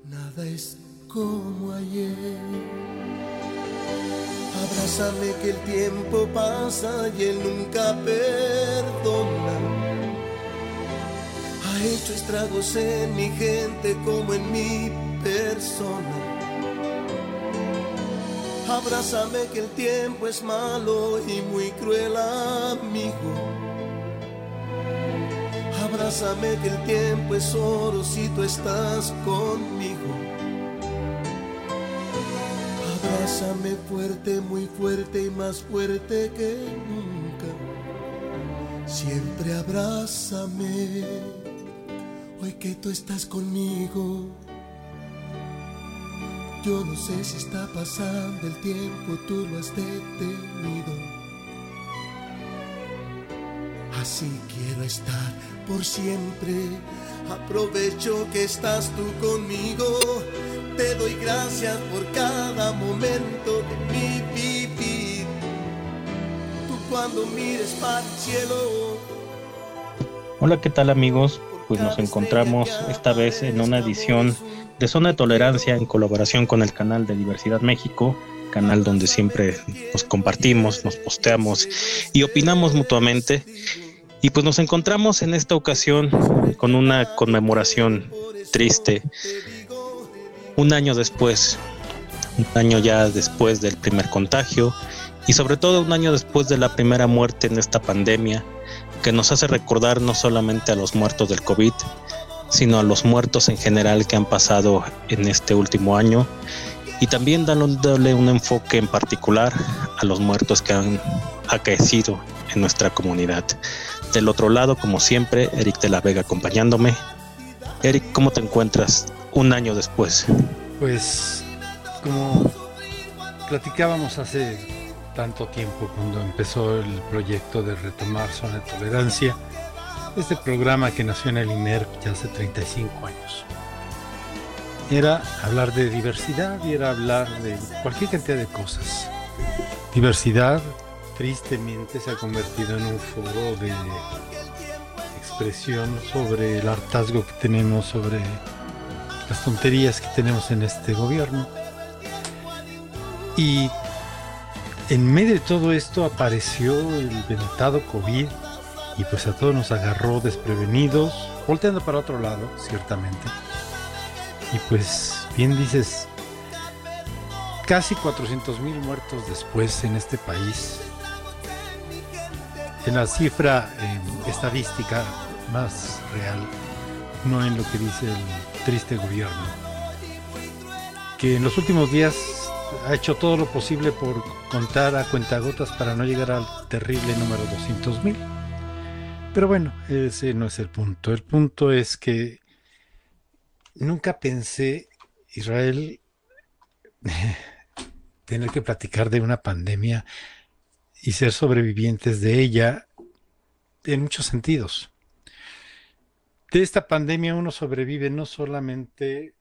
Nada es como ayer. Abrázame que el tiempo pasa y él nunca perdona. Ha hecho estragos en mi gente como en mi persona. Abrázame que el tiempo es malo y muy cruel amigo. Abrázame que el tiempo es oro si tú estás conmigo. Abrázame fuerte, muy fuerte y más fuerte que nunca. Siempre abrázame, hoy que tú estás conmigo. Yo no sé si está pasando el tiempo, tú lo has detenido. Así quiero estar por siempre. Aprovecho que estás tú conmigo. Te doy gracias por cada momento de mi vivir. Tú cuando mires para el cielo. Hola, ¿qué tal amigos? Pues nos encontramos esta vez en una edición de Zona de Tolerancia en colaboración con el canal de Diversidad México, canal donde siempre nos compartimos, nos posteamos y opinamos mutuamente. Y pues nos encontramos en esta ocasión con una conmemoración triste. Un año después, un año ya después del primer contagio y sobre todo un año después de la primera muerte en esta pandemia, que nos hace recordar no solamente a los muertos del COVID, sino a los muertos en general que han pasado en este último año, y también dándole un enfoque en particular a los muertos que han acaecido en nuestra comunidad. Del otro lado, como siempre, Eric de la Vega acompañándome. Eric, ¿cómo te encuentras un año después? Pues, como platicábamos hace tanto tiempo cuando empezó el proyecto de retomar Zona de Tolerancia, este programa que nació en el INERP ya hace 35 años. Era hablar de diversidad y era hablar de cualquier cantidad de cosas. Diversidad, tristemente, se ha convertido en un foro de expresión sobre el hartazgo que tenemos, sobre las tonterías que tenemos en este gobierno. Y en medio de todo esto apareció el ventado COVID y pues a todos nos agarró desprevenidos, volteando para otro lado, ciertamente. Y pues, bien dices, casi 400,000 muertos después en este país. En la cifra estadística más real, no en lo que dice el triste gobierno, que en los últimos días ha hecho todo lo posible por contar a cuentagotas para no llegar al terrible número 200,000. Pero bueno, ese no es el punto. El punto es que nunca pensé, Israel, tener que platicar de una pandemia y ser sobrevivientes de ella en muchos sentidos. De esta pandemia uno sobrevive no solamente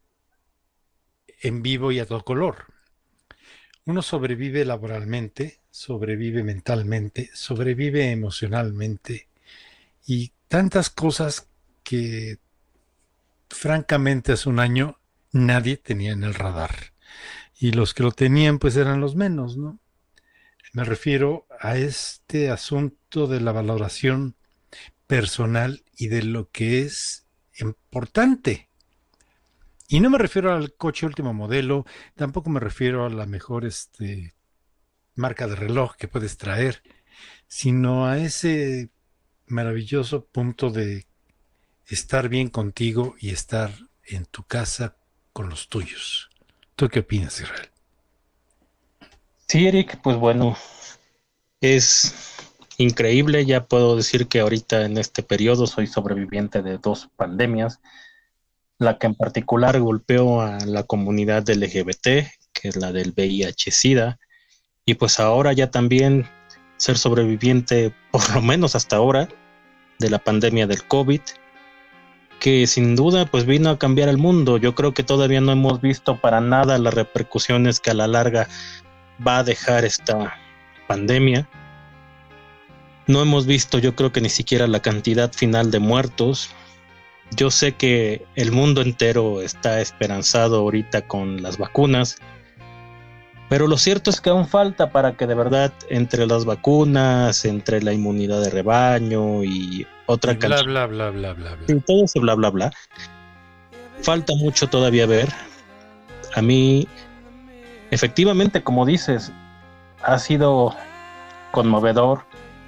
en vivo y a todo color. Uno sobrevive laboralmente, sobrevive mentalmente, sobrevive emocionalmente y tantas cosas que francamente hace un año nadie tenía en el radar. Y los que lo tenían pues eran los menos, ¿no? Me refiero a este asunto de la valoración personal y de lo que es importante. Y no me refiero al coche último modelo, tampoco me refiero a la mejor marca de reloj que puedes traer, sino a ese maravilloso punto de estar bien contigo y estar en tu casa con los tuyos. ¿Tú qué opinas, Israel? Sí, Eric, pues bueno, es increíble. Ya puedo decir que ahorita en este periodo soy sobreviviente de 2 pandemias. La que en particular golpeó a la comunidad LGBT, que es la del VIH-Sida, y pues ahora ya también ser sobreviviente, por lo menos hasta ahora, de la pandemia del COVID, que sin duda pues vino a cambiar el mundo. Yo creo que todavía no hemos visto para nada las repercusiones que a la larga va a dejar esta pandemia. No hemos visto, yo creo que ni siquiera la cantidad final de muertos. Yo sé que el mundo entero está esperanzado ahorita con las vacunas, pero lo cierto es que aún falta para que de verdad entre las vacunas, entre la inmunidad de rebaño y otra bla, bla, bla, bla, bla, bla. Y todo ese bla, bla, bla. Falta mucho todavía ver. A mí, efectivamente, como dices, ha sido conmovedor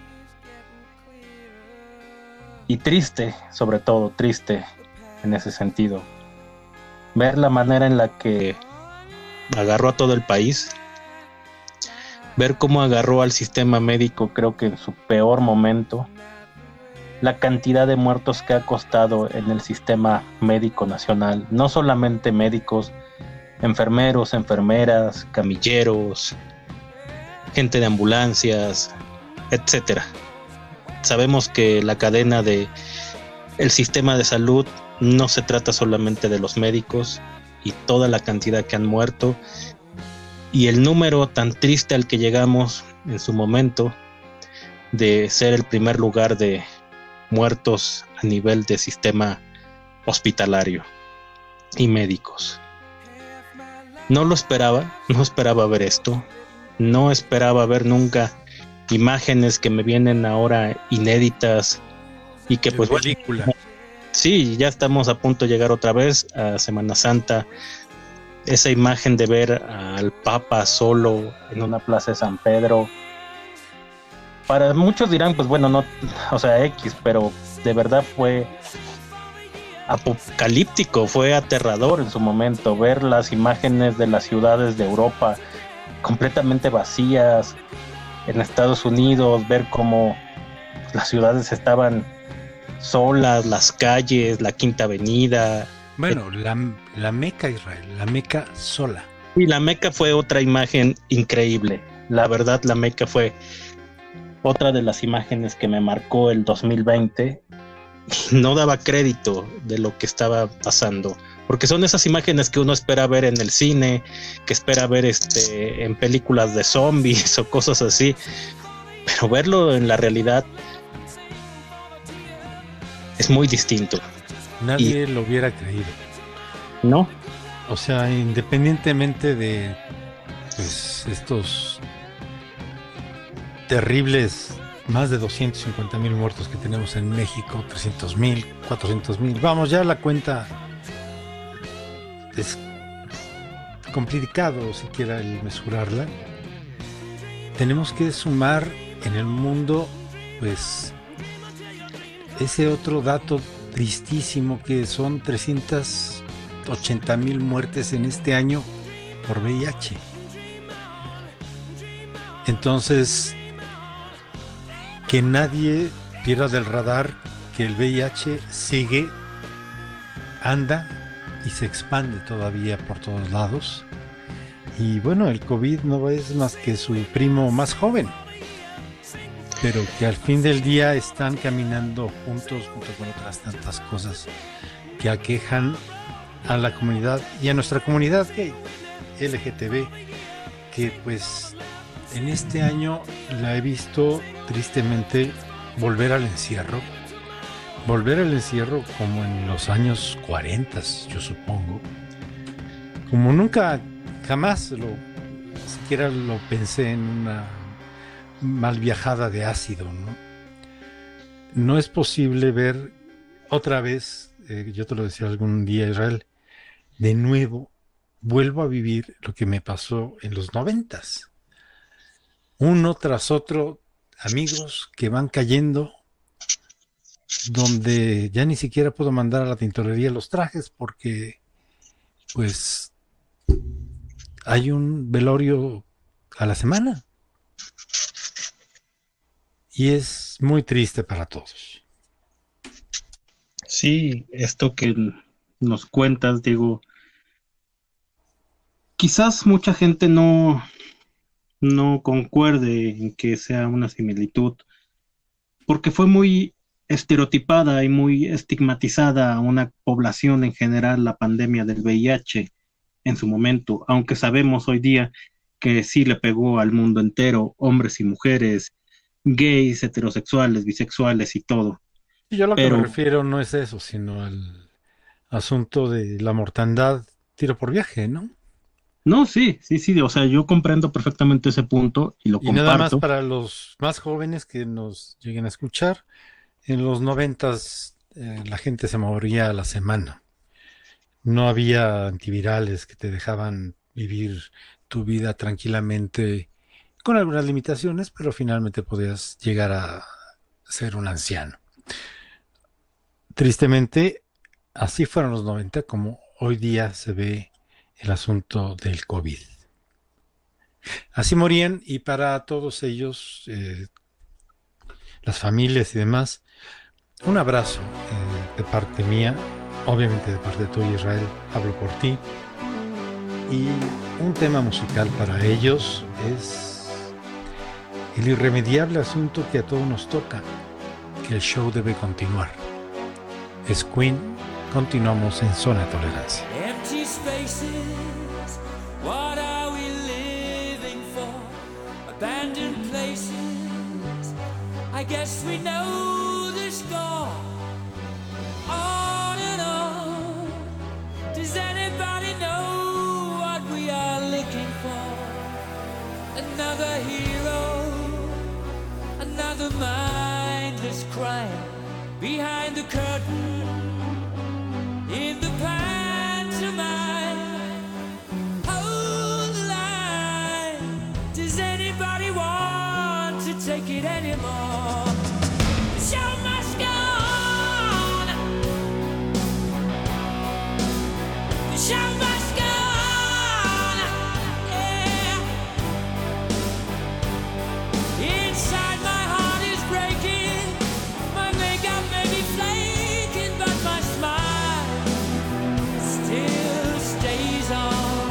y triste, sobre todo triste en ese sentido. Ver la manera en la que agarró a todo el país, ver cómo agarró al sistema médico, creo que en su peor momento, la cantidad de muertos que ha costado en el sistema médico nacional, no solamente médicos, enfermeros, enfermeras, camilleros, gente de ambulancias, etcétera. Sabemos que la cadena de el sistema de salud no se trata solamente de los médicos y toda la cantidad que han muerto y el número tan triste al que llegamos en su momento de ser el primer lugar de muertos a nivel de sistema hospitalario y médicos. No lo esperaba, no esperaba ver esto, no esperaba ver nunca imágenes que me vienen ahora inéditas y que pues película. Bueno, sí, ya estamos a punto de llegar otra vez a Semana Santa. Esa imagen de ver al Papa solo en una plaza de San Pedro. Para muchos dirán, pues bueno, no, o sea, X, pero de verdad fue apocalíptico, fue aterrador en su momento ver las imágenes de las ciudades de Europa completamente vacías, en Estados Unidos, ver cómo las ciudades estaban solas, las calles, la Quinta Avenida. Bueno, la Meca, Israel, la Meca sola. Y la Meca fue otra imagen increíble. La verdad, la Meca fue otra de las imágenes que me marcó el 2020. No daba crédito de lo que estaba pasando, porque son esas imágenes que uno espera ver en el cine, que espera ver en películas de zombies o cosas así, pero verlo en la realidad es muy distinto. Nadie lo hubiera creído. ¿No? O sea, independientemente de pues, estos terribles más de 250,000 muertos que tenemos en México, 300,000, 400,000. Vamos, ya la cuenta es complicado siquiera el mesurarla. Tenemos que sumar en el mundo, pues, ese otro dato tristísimo que son 380,000 muertes en este año por VIH. Entonces, que nadie pierda del radar que el VIH sigue, anda y se expande todavía por todos lados. Y bueno, el COVID no es más que su primo más joven, pero que al fin del día están caminando juntos junto con otras tantas cosas que aquejan a la comunidad y a nuestra comunidad gay, LGTB, que pues en este año la he visto tristemente volver al encierro como en los años 40, yo supongo, como nunca, jamás siquiera lo pensé en una mal viajada de ácido, ¿no? No es posible ver otra vez, yo te lo decía algún día, Israel, de nuevo vuelvo a vivir lo que me pasó en los 90s. Uno tras otro, amigos que van cayendo, donde ya ni siquiera puedo mandar a la tintorería los trajes porque pues hay un velorio a la semana y es muy triste para todos. Sí, esto que nos cuentas, digo, quizás mucha gente no concuerde en que sea una similitud, porque fue muy estereotipada y muy estigmatizada a una población en general la pandemia del VIH en su momento, aunque sabemos hoy día que sí le pegó al mundo entero, hombres y mujeres, gays, heterosexuales, bisexuales y todo. Y yo lo que me Pero refiero no es eso, sino al asunto de la mortandad tiro por viaje, ¿no? no, sí, sí, sí, o sea, yo comprendo perfectamente ese punto y lo Y nada más comparto. para los más jóvenes que nos lleguen a escuchar, en los 90 la gente se moría a la semana. No había antivirales que te dejaban vivir tu vida tranquilamente, con algunas limitaciones, pero finalmente podías llegar a ser un anciano. Tristemente, así fueron los 90 como hoy día se ve el asunto del COVID. Así morían y para todos ellos, las familias y demás, un abrazo de parte mía, obviamente de parte tuya Israel, hablo por ti. Y un tema musical para ellos es el irremediable asunto que a todos nos toca, que el show debe continuar. Es Queen, continuamos en Zona de Tolerancia. Empty spaces, what are we living for? Abandoned places, I guess we know the score. On and on, does anybody know what we are looking for? Another hero, another mindless crime behind the curtain. In the pantomime, hold the line. Does anybody want to take it anymore? The show must go on. The show must go on. Yeah. Inside my heart is breaking. My makeup may be flaking, but my smile still stays on.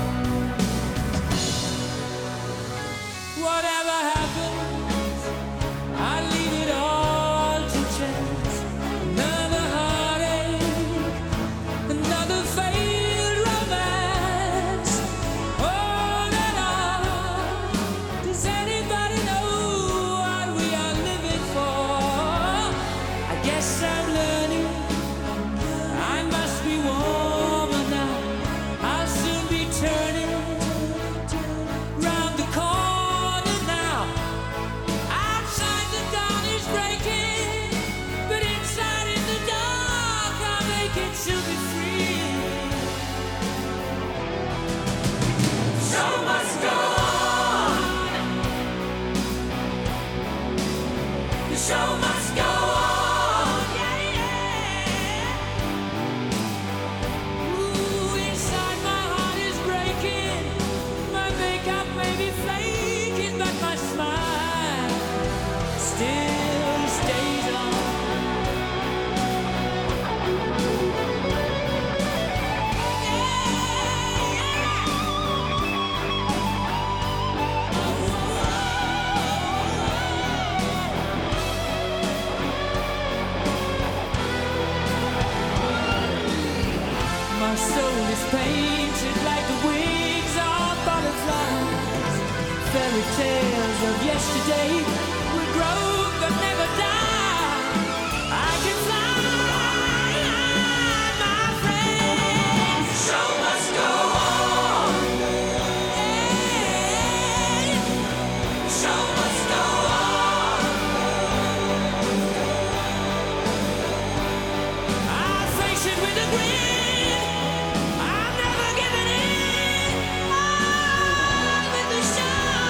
Whatever happens, I leave it all to chance. Another heartache, another failed romance. On and on. Does anybody know what we are living for? I guess I'm learning. I must be warmer now. I'll soon be turning round the corner now. Outside the dawn is breaking, but inside in the dark I'll make it to be free. Show must go on. The show must go on. Yeah, yeah. Ooh, inside my heart is breaking. My makeup may be flaking, but my smile still stays on. My soul is painted like the wings of butterflies. Fairy tales of yesterday will grow but never die. I can fly, my friend. The show must go on. Hey, the show must go on. I'll face it with a grin. I'm never giving in. On with the show.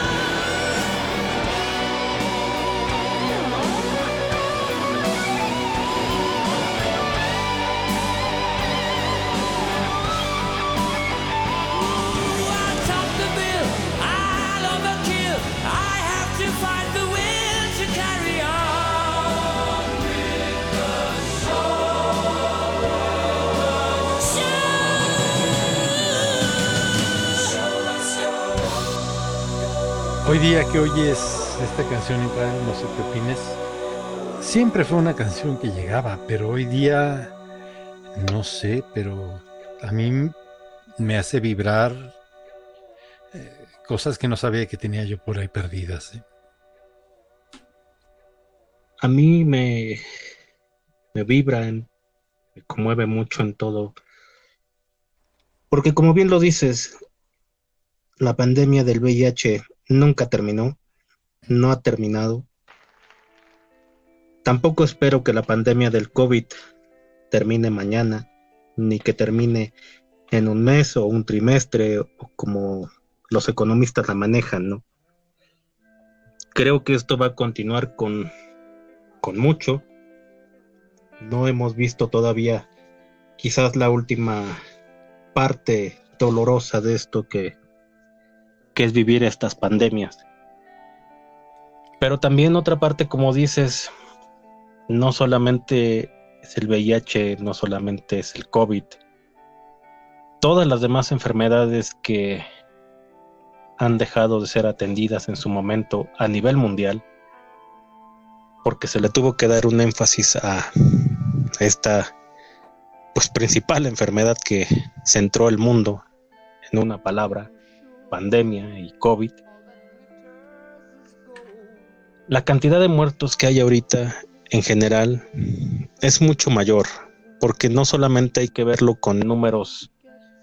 Ooh, I'll top the bill. I'll overkill. I have to find the will to carry on with the Hoy día que oyes esta canción, Israel, no sé qué opines, siempre fue una canción que llegaba, pero hoy día, no sé, pero a mí me hace vibrar cosas que no sabía que tenía yo por ahí perdidas. A mí me, me vibran, me conmueve mucho en todo. Porque como bien lo dices, la pandemia del VIH nunca terminó, no ha terminado. Tampoco espero que la pandemia del COVID termine mañana, ni que termine en un mes o un trimestre, o como los economistas la manejan, ¿no? Creo que esto va a continuar con mucho. No hemos visto todavía quizás la última parte dolorosa de esto que es vivir estas pandemias. Pero también otra parte, como dices, no solamente es el VIH, no solamente es el COVID. Todas las demás enfermedades que han dejado de ser atendidas en su momento a nivel mundial, porque se le tuvo que dar un énfasis a esta pues principal enfermedad que centró el mundo en una palabra, pandemia y COVID. La cantidad de muertos que hay ahorita en general es mucho mayor, porque no solamente hay que verlo con números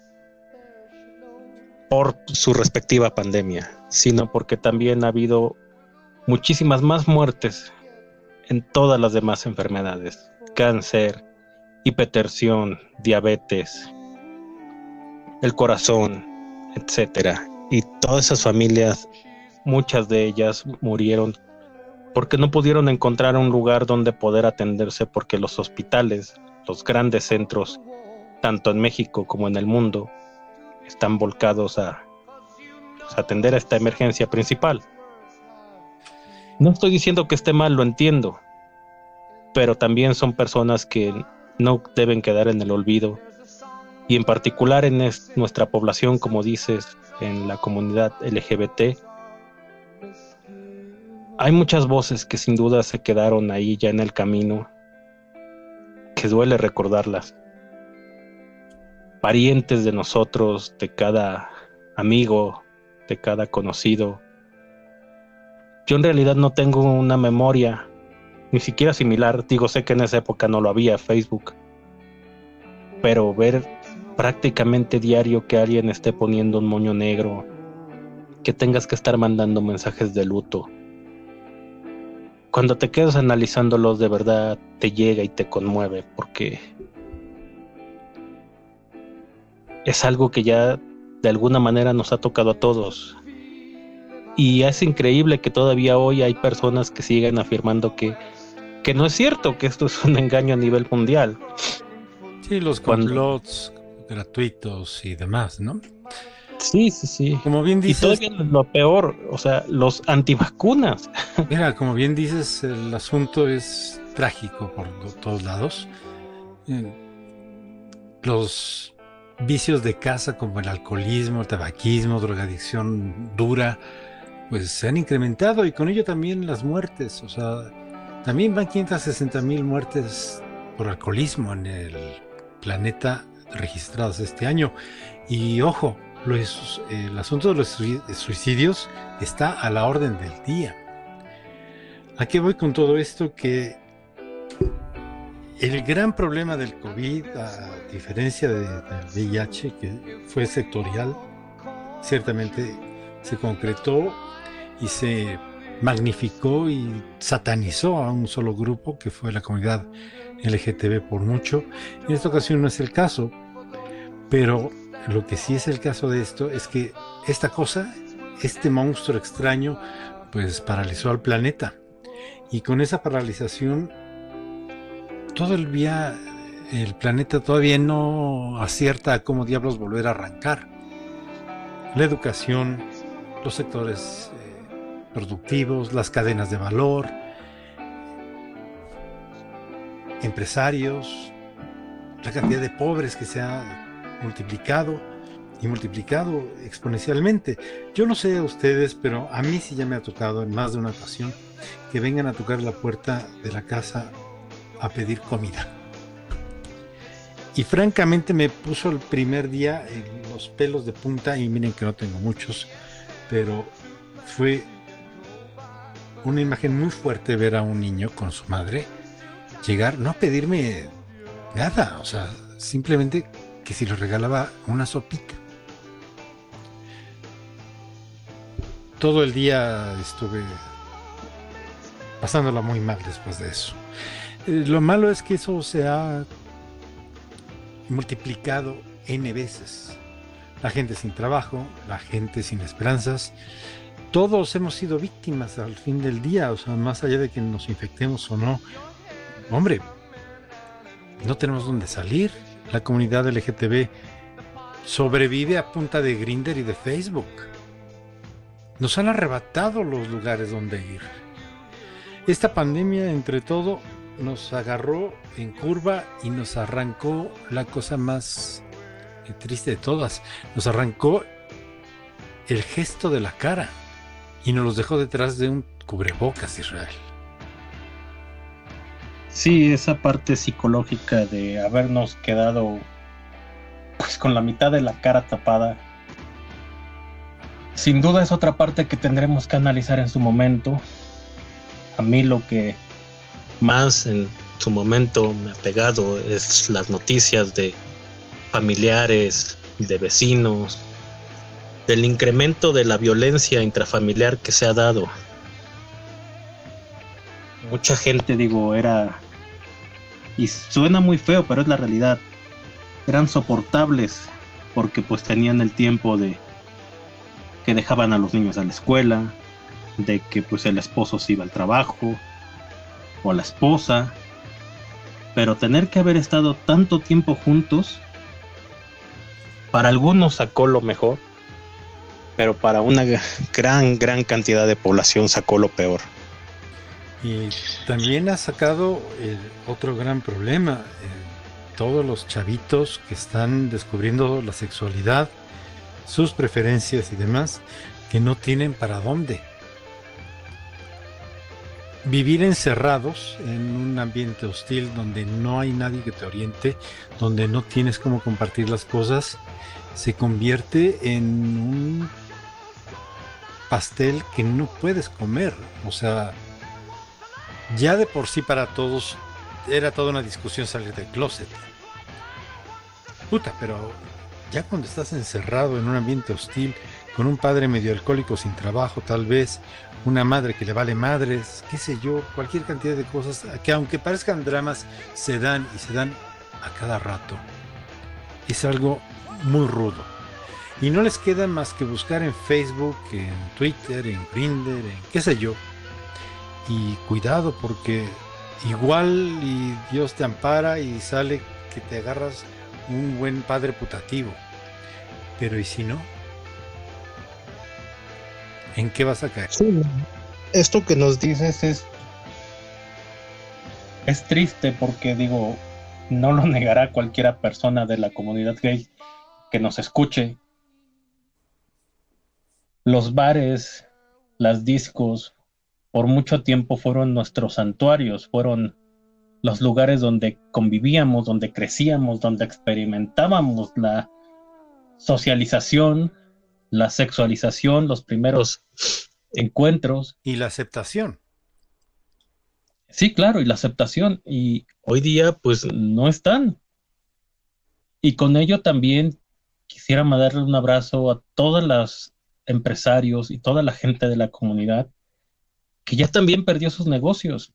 por su respectiva pandemia, sino porque también ha habido muchísimas más muertes en todas las demás enfermedades: cáncer, hipertensión, diabetes, el corazón, etcétera. Y todas esas familias, muchas de ellas murieron porque no pudieron encontrar un lugar donde poder atenderse, porque los hospitales, los grandes centros, tanto en México como en el mundo, están volcados a atender a esta emergencia principal. No estoy diciendo que esté mal, lo entiendo, pero también son personas que no deben quedar en el olvido, y en particular en nuestra población, como dices, en la comunidad LGBT. Hay muchas voces que sin duda se quedaron ahí ya en el camino, que duele recordarlas. Parientes de nosotros, de cada amigo, de cada conocido. Yo en realidad no tengo una memoria, ni siquiera similar. Digo, sé que en esa época no lo había, Facebook. Pero ver prácticamente diario que alguien esté poniendo un moño negro, que tengas que estar mandando mensajes de luto. Cuando te quedas analizándolos, de verdad te llega y te conmueve, porque es algo que ya de alguna manera nos ha tocado a todos. Y es increíble que todavía hoy hay personas que siguen afirmando que no es cierto, que esto es un engaño a nivel mundial. Sí, los complots gratuitos y demás, ¿no? Sí. Como bien dices, y todavía lo peor, o sea, los antivacunas. Mira, como bien dices, el asunto es trágico por todos lados. Los vicios de casa como el alcoholismo, el tabaquismo, drogadicción dura, pues se han incrementado, y con ello también las muertes. O sea, también van 560,000 muertes por alcoholismo en el planeta registradas este año. Y ojo, el asunto de los suicidios está a la orden del día. ¿A qué voy con todo esto? Que el gran problema del COVID, a diferencia del VIH, que fue sectorial, ciertamente se concretó y se magnificó y satanizó a un solo grupo, que fue la comunidad LGTB por mucho. En esta ocasión no es el caso, pero lo que sí es el caso de esto es que esta cosa, este monstruo extraño, pues paralizó al planeta. Y con esa paralización, el planeta todavía no acierta a cómo diablos volver a arrancar. La educación, los sectores productivos, las cadenas de valor, empresarios, la cantidad de pobres que se ha multiplicado exponencialmente. Yo no sé a ustedes, pero a mí sí ya me ha tocado en más de una ocasión que vengan a tocar la puerta de la casa a pedir comida. Y francamente me puso el primer día los pelos de punta, y miren que no tengo muchos, pero fue una imagen muy fuerte ver a un niño con su madre llegar, no a pedirme nada, o sea, simplemente que si le regalaba una sopita. Todo el día estuve pasándola muy mal después de eso. Lo malo es que eso se ha multiplicado N veces. La gente sin trabajo, la gente sin esperanzas. Todos hemos sido víctimas al fin del día, o sea, más allá de que nos infectemos o no. Hombre, no tenemos dónde salir. La comunidad LGTB sobrevive a punta de Grindr y de Facebook. Nos han arrebatado los lugares donde ir. Esta pandemia, entre todo, nos agarró en curva y nos arrancó la cosa más triste de todas. Nos arrancó el gesto de la cara y nos los dejó detrás de un cubrebocas, Israel. Sí, esa parte psicológica de habernos quedado pues con la mitad de la cara tapada, sin duda es otra parte que tendremos que analizar en su momento. A mí lo que más en su momento me ha pegado es las noticias de familiares, de vecinos, del incremento de la violencia intrafamiliar que se ha dado. Mucha gente, digo, era, y suena muy feo, pero es la realidad, eran soportables porque pues tenían el tiempo de que dejaban a los niños a la escuela, de que pues el esposo se iba al trabajo o la esposa, pero tener que haber estado tanto tiempo juntos, para algunos sacó lo mejor, pero para una gran cantidad de población sacó lo peor. Y también ha sacado otro gran problema, todos los chavitos que están descubriendo la sexualidad, sus preferencias y demás, que no tienen para dónde. Vivir encerrados en un ambiente hostil donde no hay nadie que te oriente, donde no tienes cómo compartir las cosas, se convierte en un pastel que no puedes comer. O sea, ya de por sí para todos era toda una discusión salir del closet. Puta, pero ya cuando estás encerrado en un ambiente hostil, con un padre medio alcohólico sin trabajo, tal vez, una madre que le vale madres, qué sé yo, cualquier cantidad de cosas que aunque parezcan dramas, se dan y se dan a cada rato. Es algo muy rudo. Y no les queda más que buscar en Facebook, en Twitter, en Grindr, en qué sé yo. Y cuidado, porque igual y Dios te ampara y sale que te agarras un buen padre putativo. Pero ¿y si no? ¿En qué vas a caer? Sí, esto que nos dices es triste porque, digo, no lo negará cualquiera persona de la comunidad gay que nos escuche. Los bares, las discos, por mucho tiempo fueron nuestros santuarios, fueron los lugares donde convivíamos, donde crecíamos, donde experimentábamos la socialización, la sexualización, los primeros encuentros. Y la aceptación. Sí, claro, y la aceptación. Y hoy día, pues, no están. Y con ello también quisiera darle un abrazo a todos los empresarios y toda la gente de la comunidad que ya también perdió sus negocios.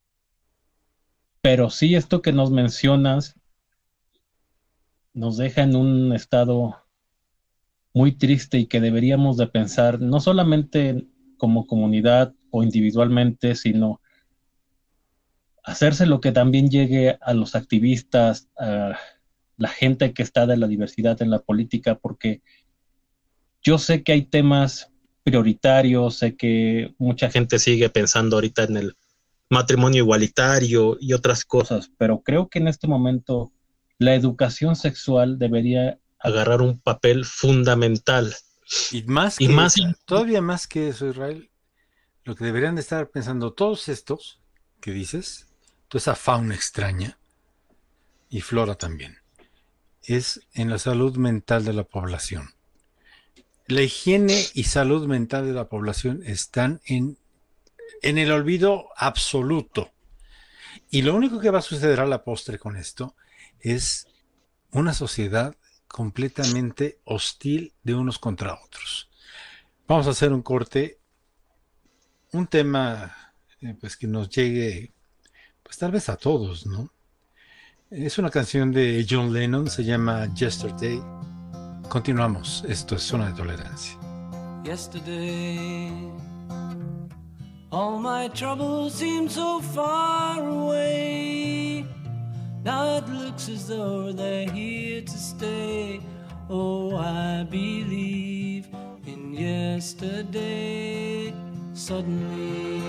Pero sí, esto que nos mencionas nos deja en un estado muy triste y que deberíamos de pensar no solamente como comunidad o individualmente, sino hacerse lo que también llegue a los activistas, a la gente que está de la diversidad en la política, porque yo sé que hay temas prioritarios, sé que mucha gente sigue pensando ahorita en el matrimonio igualitario y otras cosas, pero creo que en este momento la educación sexual debería agarrar un papel fundamental. Y todavía más que eso, Israel, lo que deberían de estar pensando todos estos que dices, toda esa fauna extraña y flora también, es en la salud mental de la población. La higiene y salud mental de la población están en el olvido absoluto. Y lo único que va a suceder a la postre con esto es una sociedad completamente hostil de unos contra otros. Vamos a hacer un corte, un tema pues que nos llegue, pues tal vez a todos, ¿no? Es una canción de John Lennon, se llama Yesterday. Continuamos, esto es Zona de Tolerancia. Yesterday, all my troubles seem so far away. Now it looks as though they're here to stay. Oh, I believe in yesterday. Suddenly,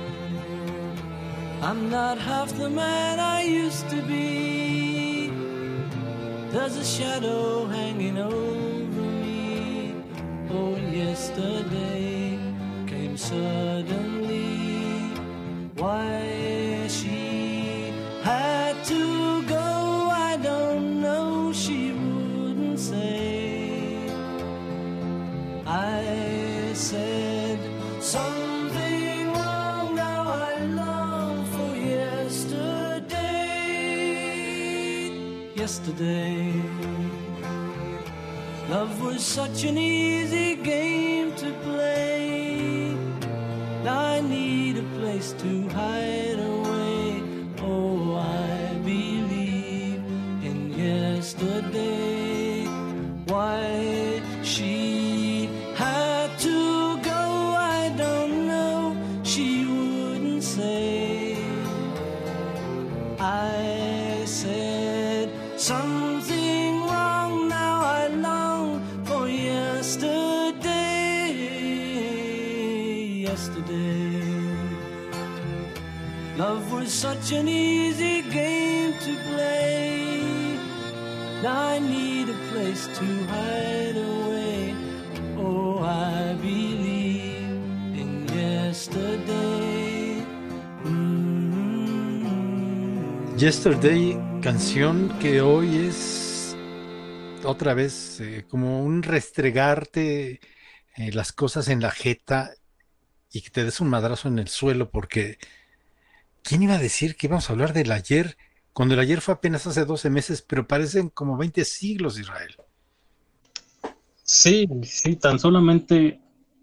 I'm not half the man I used to be. There's a shadow hanging over me. Oh, yesterday came suddenly. Why she had to go, I don't know, she wouldn't say. I said something wrong, now I long for yesterday. Yesterday, love was such an easy game to play. Now I need a place to hide away. Oh, I believe in yesterday. Why she had to go, I don't know, she wouldn't say. I said something wrong, now I long for yesterday. Yesterday, love was such an easy game to play. Now I need a place to hide away. Oh, I believe in yesterday. Yesterday, canción que hoy es otra vez como un restregarte las cosas en la jeta y que te des un madrazo en el suelo, porque ¿quién iba a decir que íbamos a hablar del ayer cuando el ayer fue apenas hace 12 meses, pero parecen como 20 siglos, Israel? Sí, sí, tan solamente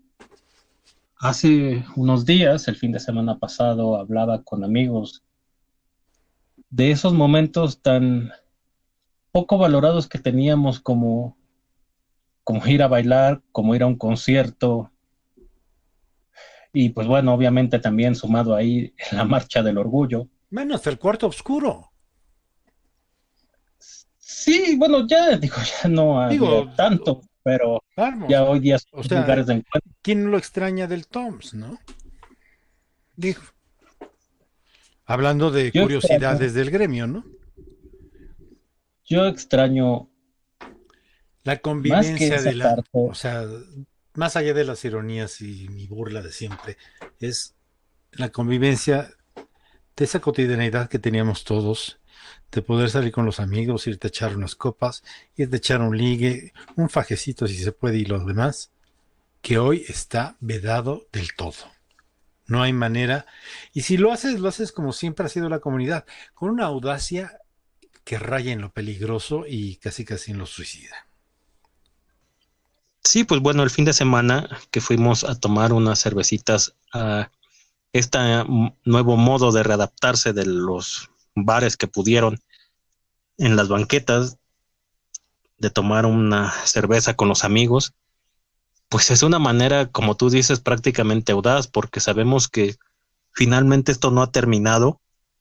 hace unos días, el fin de semana pasado, hablaba con amigos de esos momentos tan poco valorados que teníamos como ir a bailar, como ir a un concierto, y pues bueno, obviamente también sumado ahí la marcha del orgullo. Menos el cuarto oscuro. Sí, bueno, ya digo, ya no Digo, había tanto, pero vamos, ya hoy día o son sea, lugares de encuentro. ¿quién no lo extraña del Toms, no? Digo, hablando de Yo curiosidades del gremio, ¿no? Yo extraño La más que convivencia esa de la, parte. o sea, más allá de las ironías y mi burla de siempre, es la convivencia de esa cotidianidad que teníamos todos, de poder salir con los amigos, irte a echar unas copas, irte a echar un ligue, un fajecito si se puede y lo demás, que hoy está vedado del todo. No hay manera. Y si lo haces como siempre ha sido la comunidad, con una audacia que raya en lo peligroso y casi casi en lo suicida. Sí, pues bueno, el fin de semana que fuimos a tomar unas cervecitas a este nuevo modo de readaptarse de los bares que pudieron en las banquetas, de tomar una cerveza con los amigos, pues es una manera, como tú dices, prácticamente audaz, porque sabemos que finalmente esto no ha terminado,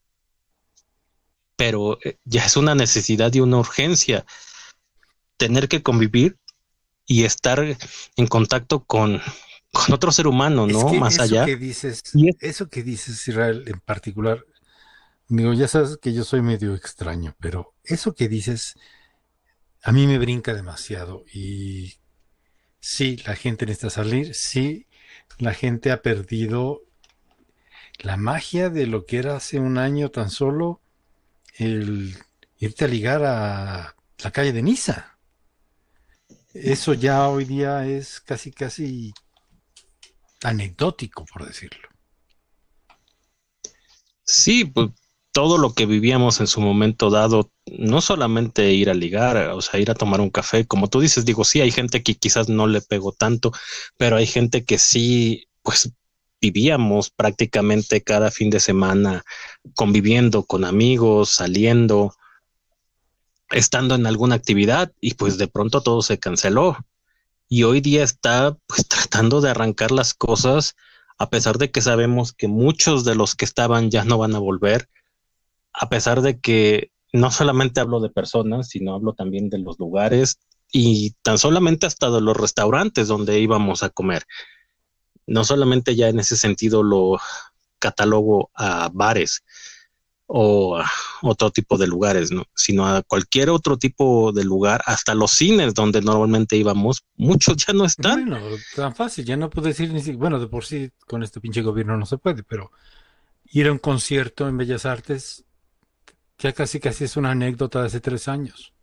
pero ya es una necesidad y una urgencia tener que convivir y estar en contacto con otro ser humano, ¿no? Es que Más allá. eso que dices, Israel, en particular, digo, ya sabes que yo soy medio extraño, pero eso que dices a mí me brinca demasiado. Y sí, la gente necesita salir, sí, la gente ha perdido la magia de lo que era hace un año tan solo el irte a ligar a la calle de Niza. Eso ya hoy día es casi casi anecdótico, por decirlo. Sí, pues todo lo que vivíamos en su momento dado, no solamente ir a ligar, o sea, ir a tomar un café, como tú dices, digo, sí, hay gente que quizás no le pegó tanto, pero hay gente que sí, pues vivíamos prácticamente cada fin de semana conviviendo con amigos, saliendo, estando en alguna actividad y pues de pronto todo se canceló. Y hoy día está pues tratando de arrancar las cosas, a pesar de que sabemos que muchos de los que estaban ya no van a volver, a pesar de que no solamente hablo de personas, sino hablo también de los lugares y tan solamente hasta de los restaurantes donde íbamos a comer. No solamente ya en ese sentido lo catalogo a bares o a otro tipo de lugares, ¿no? Sino a cualquier otro tipo de lugar, hasta los cines donde normalmente íbamos, muchos ya no están. Bueno, tan fácil, ya no puedo decir ni siquiera, bueno, de por sí con este pinche gobierno no se puede, pero ir a un concierto en Bellas Artes ya casi casi es una anécdota de hace 3 años.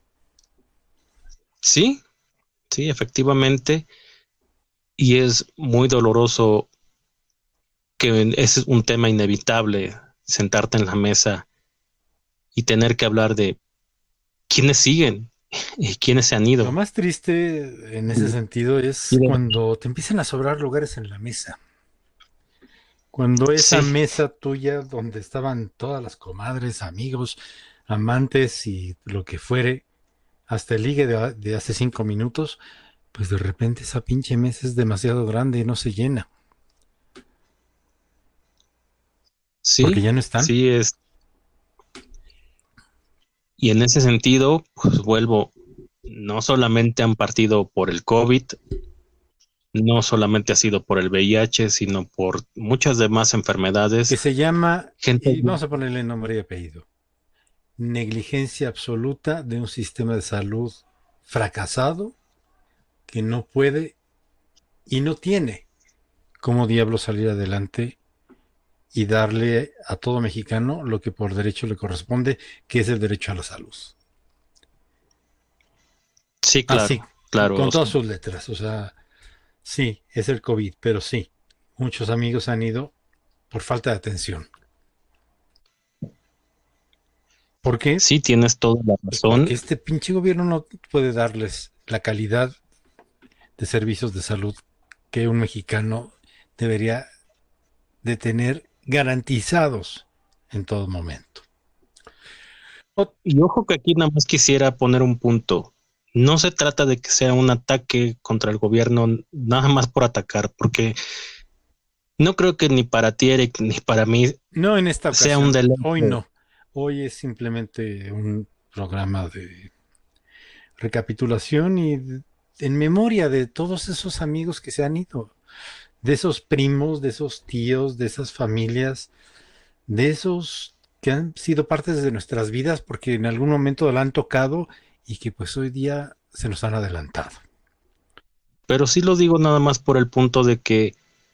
Sí, sí, efectivamente. Y es muy doloroso que es un tema inevitable sentarte en la mesa y tener que hablar de quiénes siguen y quiénes se han Lo ido. más triste en ese sentido es cuando te empiezan a sobrar lugares en la mesa. Cuando esa Sí, mesa tuya donde estaban todas las comadres, amigos, amantes y lo que fuere, hasta el ligue de hace 5 minutos, pues de repente esa pinche mesa es demasiado grande y no se llena, porque sí, ya no están. sí es. Y en ese sentido, pues vuelvo, no solamente han partido por el COVID, no solamente ha sido por el VIH, sino por muchas demás Que enfermedades. se llama, Gente, y vamos a ponerle nombre y apellido, negligencia absoluta de un sistema de salud fracasado que no puede y no tiene cómo diablo salir adelante y darle a todo mexicano lo que por derecho le corresponde, que es el derecho a la salud. sí, Así, claro, claro. con O sea, todas sus letras. O sea, sí, es el COVID, pero sí, muchos amigos han ido por falta de atención. ¿Por qué? sí, tienes toda la Pues porque razón. este pinche gobierno no puede darles la calidad de servicios de salud que un mexicano debería de tener garantizados en todo momento. Y ojo que aquí nada más quisiera poner un punto. No se trata de que sea un ataque contra el gobierno nada más por atacar, porque no creo que ni para ti, Eric, ni para mí No en esta sea un ocasión, deleite. hoy no. Hoy es simplemente un programa de recapitulación y en memoria de todos esos amigos que se han ido, de esos primos, de esos tíos, de esas familias, de esos que han sido partes de nuestras vidas porque en algún momento la han tocado y que pues hoy día se nos han adelantado. Pero sí lo digo nada más por el punto de que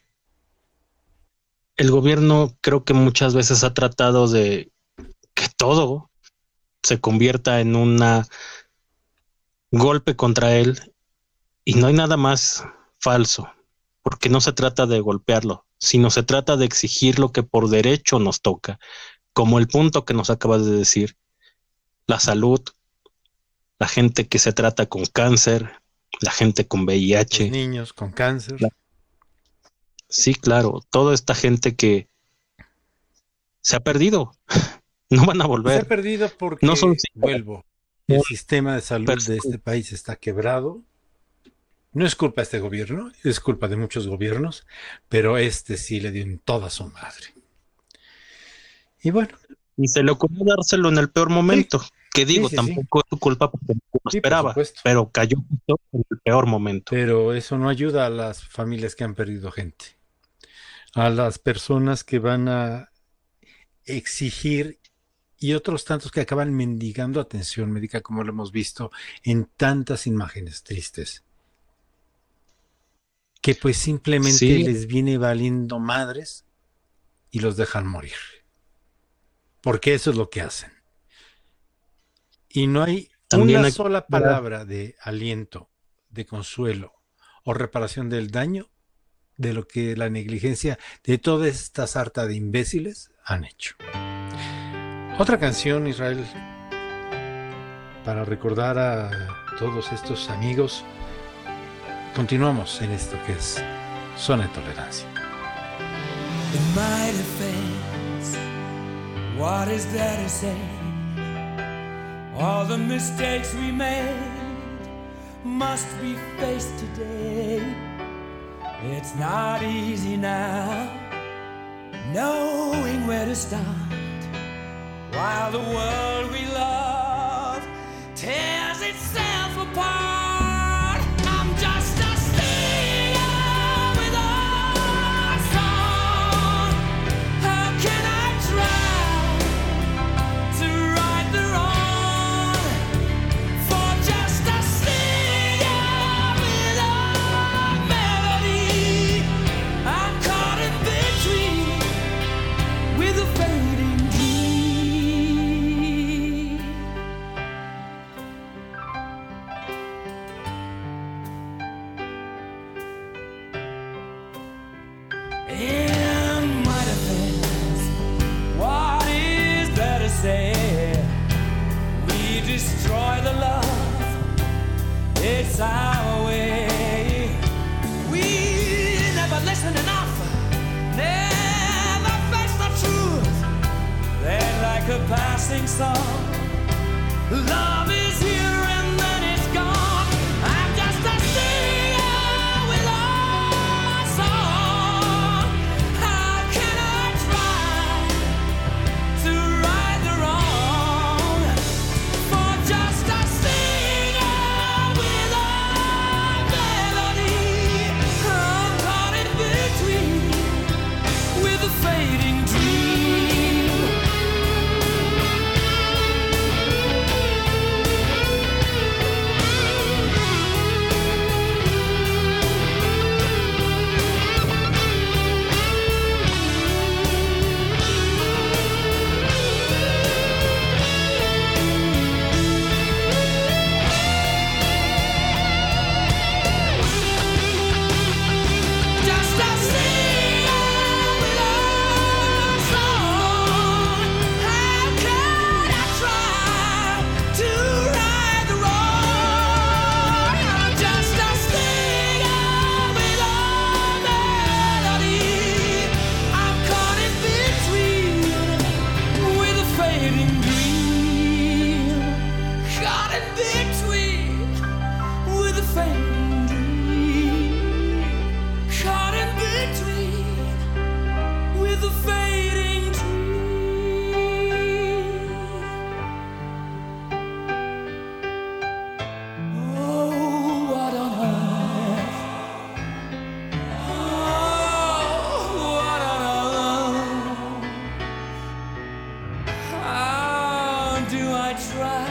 el gobierno creo que muchas veces ha tratado de que todo se convierta en un golpe contra él y no hay nada más falso, porque no se trata de golpearlo, sino se trata de exigir lo que por derecho nos toca, como el punto que nos acabas de decir, la salud, la gente que se trata con cáncer, la gente con Los VIH. niños con cáncer. Sí, claro, toda esta gente que se ha perdido, no van a Se ha volver. perdido No son porque, vuelvo, el sistema de salud de este país está quebrado. No es culpa de este gobierno, es culpa de muchos gobiernos, pero este sí le dio en toda su madre. Y bueno, y se le ocurrió dárselo en el peor momento, que digo, sí. tampoco es su culpa porque no lo Sí, por esperaba, supuesto. pero cayó justo en el peor momento. Pero eso no ayuda a las familias que han perdido gente, a las personas que van a exigir y otros tantos que acaban mendigando atención médica, como lo hemos visto en tantas imágenes tristes, que pues simplemente Sí, les viene valiendo madres y los dejan morir, porque eso es lo que hacen. Y no hay también una hay sola palabra de aliento, de consuelo o reparación del daño de lo que la negligencia de toda esta sarta de imbéciles han hecho. Otra canción, Israel, para recordar a todos estos amigos. Continuamos en esto que es Zona de Tolerancia. In my defense, what is there to say? All the mistakes we made must be faced today. It's not easy now, knowing where to start, while the world we love tears itself apart. I'm just a singer with a song. How can I try to right the wrong for just a singer with a melody? I'm caught in between with a fading dream. In my defense, what is there to say? We destroy the love, it's our way. We never listen enough, never face the truth. They're like a passing song. Love is here and then it's gone. I'm just a singer with a song. How can I try to right the wrong for just a singer with a melody? I'm caught in between with a fading dream. Just a singer with a song. How can I try to right the wrong? I'm just a singer with a melody. I'm caught in between with a fading dream. Caught in between with a fading dream. Caught in between with a fading dream. Oh, what on earth? Oh, what on earth? How do I try?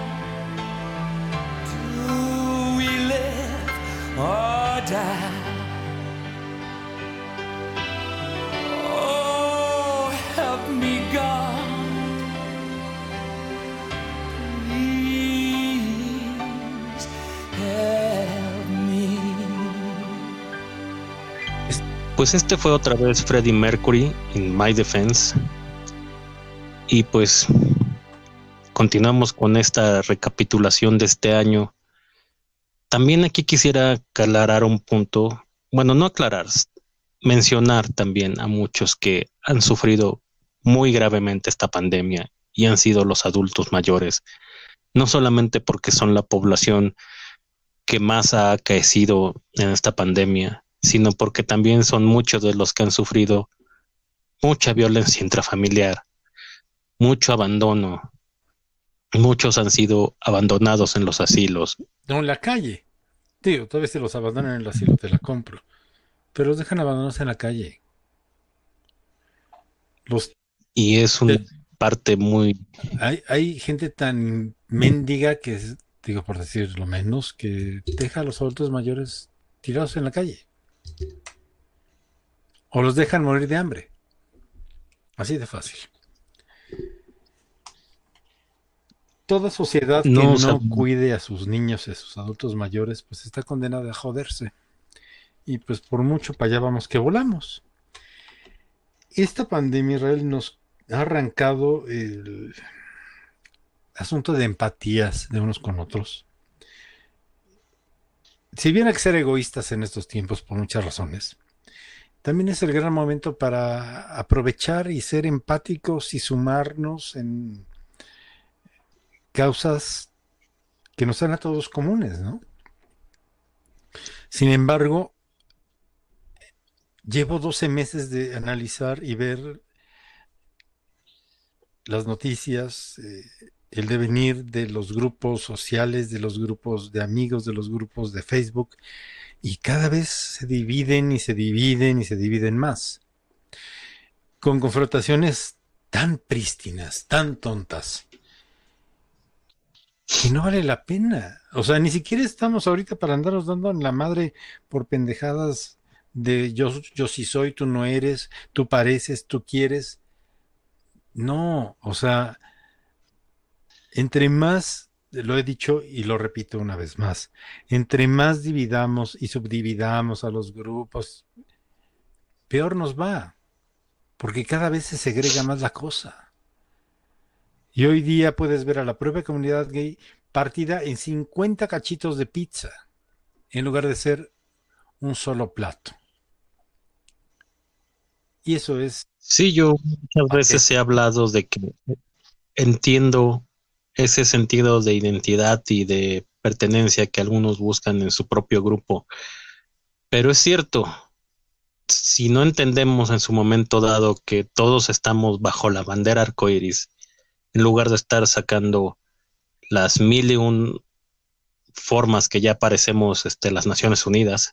Do we live or die? Oh, help me, God. Please help me. Pues este fue otra vez Freddie Mercury in My Defense. Y pues continuamos con esta recapitulación de este año. También aquí quisiera aclarar un punto, bueno, no aclarar, mencionar también a muchos que han sufrido muy gravemente esta pandemia y han sido los adultos mayores, no solamente porque son la población que más ha acaecido en esta pandemia, sino porque también son muchos de los que han sufrido mucha violencia intrafamiliar, mucho abandono. Muchos han sido abandonados en los asilos. No, en la calle. Tío, tal vez te los abandonan en el asilo, te la compro. Pero los dejan abandonados en la calle. Los Y es una Eh, parte muy... Hay gente tan mendiga que, digo por decir lo menos, que deja a los adultos mayores tirados en la calle. O los dejan morir de hambre. Así de fácil. Toda sociedad que No, o sea, no cuide a sus niños y a sus adultos mayores, pues está condenada a joderse. Y pues por mucho para allá vamos que volamos. Esta pandemia, Israel, nos ha arrancado el asunto de empatías de unos con otros. Si bien hay que ser egoístas en estos tiempos por muchas razones, también es el gran momento para aprovechar y ser empáticos y sumarnos en causas que nos sean a todos comunes, ¿no? Sin embargo, llevo 12 meses de analizar y ver las noticias, el devenir de los grupos sociales, de los grupos de amigos, de los grupos de Facebook, y cada vez se dividen y se dividen y se dividen más, con confrontaciones tan prístinas, tan tontas, que no vale la pena. O sea, ni siquiera estamos ahorita para andarnos dando en la madre por pendejadas de yo sí soy, tú no eres, tú pareces, tú quieres. No, o sea, entre más, lo he dicho y lo repito una vez más, entre más dividamos y subdividamos a los grupos, peor nos va, porque cada vez se segrega más la cosa. Y hoy día puedes ver a la propia comunidad gay partida en 50 cachitos de pizza, en lugar de ser un solo plato. Y eso es Sí, yo muchas veces he patético. hablado de que entiendo ese sentido de identidad y de pertenencia que algunos buscan en su propio grupo, pero es cierto, si no entendemos en su momento dado que todos estamos bajo la bandera arcoíris, en lugar de estar sacando las mil y un formas que ya parecemos las Naciones Unidas,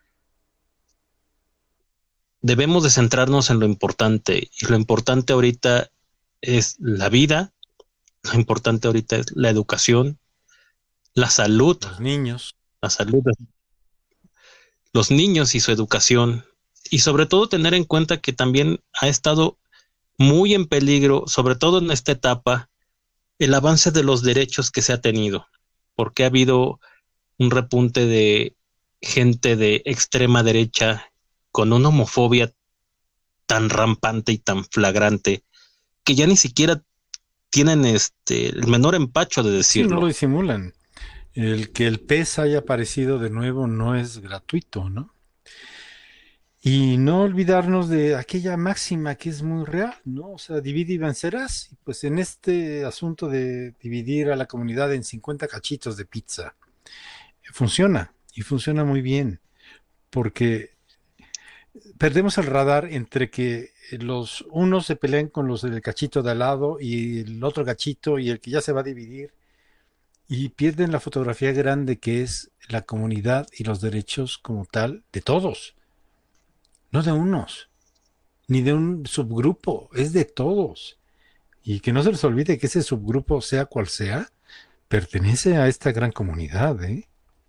debemos de centrarnos en lo importante, y lo importante ahorita es la vida, lo importante ahorita es la educación, la salud, Los niños, la salud de los niños y su educación, y sobre todo tener en cuenta que también ha estado muy en peligro, sobre todo en esta etapa, el avance de los derechos que se ha tenido, porque ha habido un repunte de gente de extrema derecha con una homofobia tan rampante y tan flagrante que ya ni siquiera tienen el menor empacho de sí, no lo decirlo. disimulan. El que el pez haya aparecido de nuevo no es gratuito, ¿no? Y no olvidarnos de aquella máxima que es muy real, ¿no? O sea, divide y vencerás. Y pues en este asunto de dividir a la comunidad en 50 cachitos de pizza, funciona y funciona muy bien, porque perdemos el radar entre que los unos se pelean con los del cachito de al lado y el otro cachito y el que ya se va a dividir y pierden la fotografía grande que es la comunidad y los derechos como tal de todos, no de unos, ni de un subgrupo, es de todos. Y que no se les olvide que ese subgrupo, sea cual sea, pertenece a esta gran comunidad, ¿eh?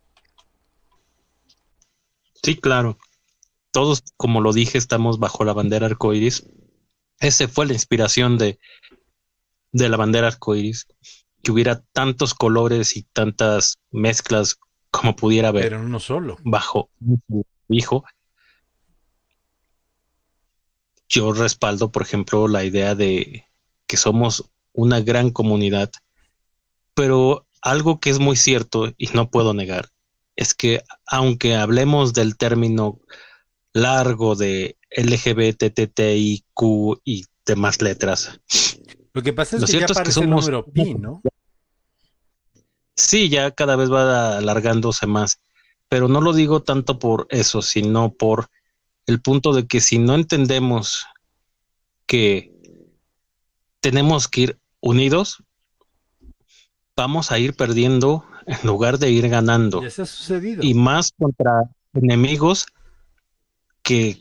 Sí, claro, todos, como lo dije, estamos bajo la bandera arcoíris. Esa fue la inspiración de la bandera arcoíris, que hubiera tantos colores y tantas mezclas como pudiera haber Pero no solo. bajo un hijo. Yo respaldo, por ejemplo, la idea de que somos una gran comunidad, pero algo que es muy cierto y no puedo negar es que aunque hablemos del término largo de LGBTTIQ y demás letras, Lo que pasa es lo que ya cierto es que aparece el somos, número pi, ¿no? sí, ya cada vez va alargándose más, pero no lo digo tanto por eso, sino por el punto de que si no entendemos que tenemos que ir unidos, vamos a ir perdiendo en lugar de ir Ya ganando, se ha sucedido. y más contra enemigos que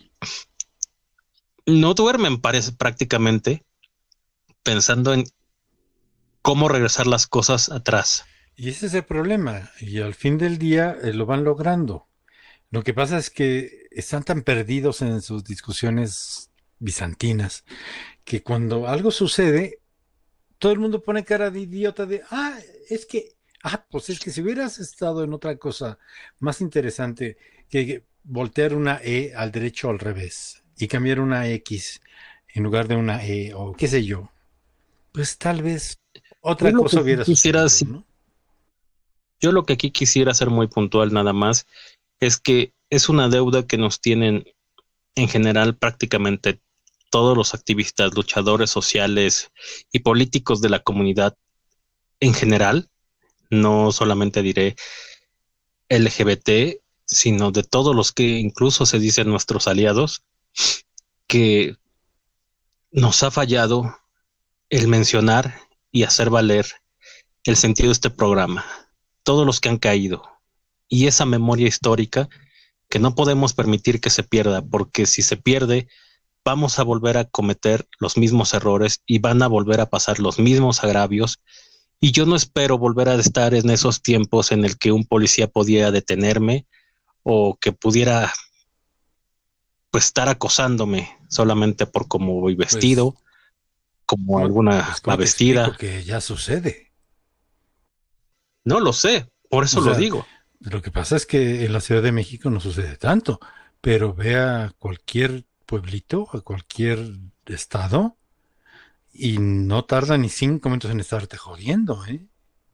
no duermen, parece, prácticamente pensando en cómo regresar las cosas atrás. Y ese es el problema. Y al fin del día lo van logrando. Lo que pasa es que están tan perdidos en sus discusiones bizantinas que cuando algo sucede, todo el mundo pone cara de idiota de, pues es que si hubieras estado en otra cosa más interesante que voltear una E al derecho o al revés y cambiar una X en lugar de una E o qué sé yo, pues tal vez otra cosa hubiera sucedido, ¿no? Yo lo que aquí quisiera ser muy puntual nada más es que es una deuda que nos tienen en general prácticamente todos los activistas, luchadores sociales y políticos de la comunidad en general, no solamente diré LGBT, sino de todos los que incluso se dicen nuestros aliados, que nos ha fallado el mencionar y hacer valer el sentido de este programa. Todos los que han caído y esa memoria histórica que no podemos permitir que se pierda, porque si se pierde vamos a volver a cometer los mismos errores y van a volver a pasar los mismos agravios. Y yo no espero volver a estar en esos tiempos en el que un policía podía detenerme o que pudiera pues estar acosándome solamente por cómo voy vestido, pues, como alguna va vestida. Porque ya sucede. No lo sé, por eso lo digo. Lo que pasa es que en la Ciudad de México no sucede tanto, pero ve a cualquier pueblito, a cualquier estado, y no tarda ni 5 minutos en estarte jodiendo, ¿eh?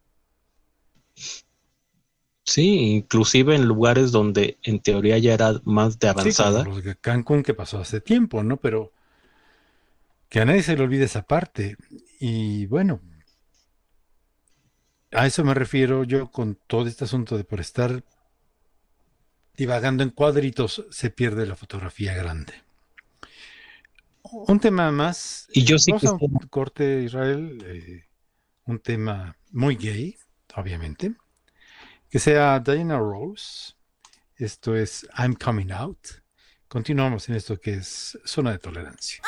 Sí, inclusive en lugares donde en teoría ya era más de avanzada. Sí, como los de Cancún que pasó hace tiempo, ¿no? Pero que a nadie se le olvide esa parte. Y bueno, a eso me refiero yo con todo este asunto de por estar divagando en cuadritos se pierde la fotografía grande. Un tema más. Y yo sí vamos a un corte, Israel. Un tema muy gay, obviamente. Que sea Diana Ross. Esto es I'm Coming Out. Continuamos en esto que es Zona de Tolerancia.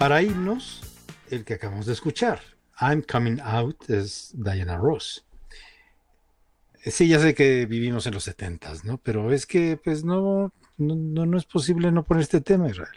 Para irnos, el que acabamos de escuchar, I'm Coming Out, es Diana Ross. Sí, ya sé que vivimos en los 70s, ¿no? Pero es que, pues, no es posible no poner este tema, Israel.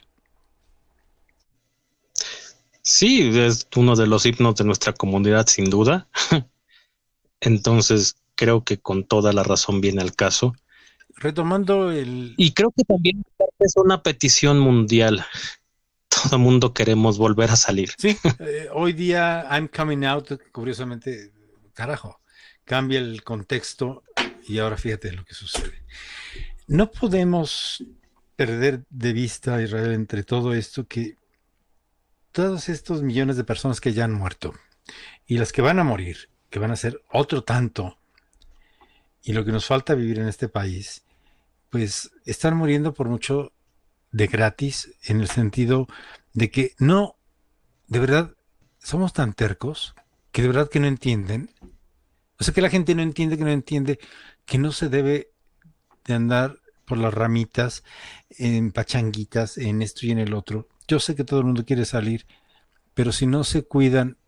Sí, es uno de los himnos de nuestra comunidad, sin duda. Entonces, creo que con toda la razón viene al caso. Retomando Y creo que también es una petición mundial. Todo el mundo queremos volver a salir. Sí, hoy día I'm Coming Out, curiosamente, carajo, cambia el contexto y ahora fíjate lo que sucede. No podemos perder de vista, Israel, entre todo esto, que todos estos millones de personas que ya han muerto y las que van a morir, que van a ser otro tanto, y lo que nos falta vivir en este país, pues están muriendo por mucho de gratis, en el sentido de que no, de verdad, somos tan tercos que de verdad que no entienden. O sea, que la gente no entiende que no se debe de andar por las ramitas, en pachanguitas, en esto y en el otro. Yo sé que todo el mundo quiere salir, pero si no se cuidan,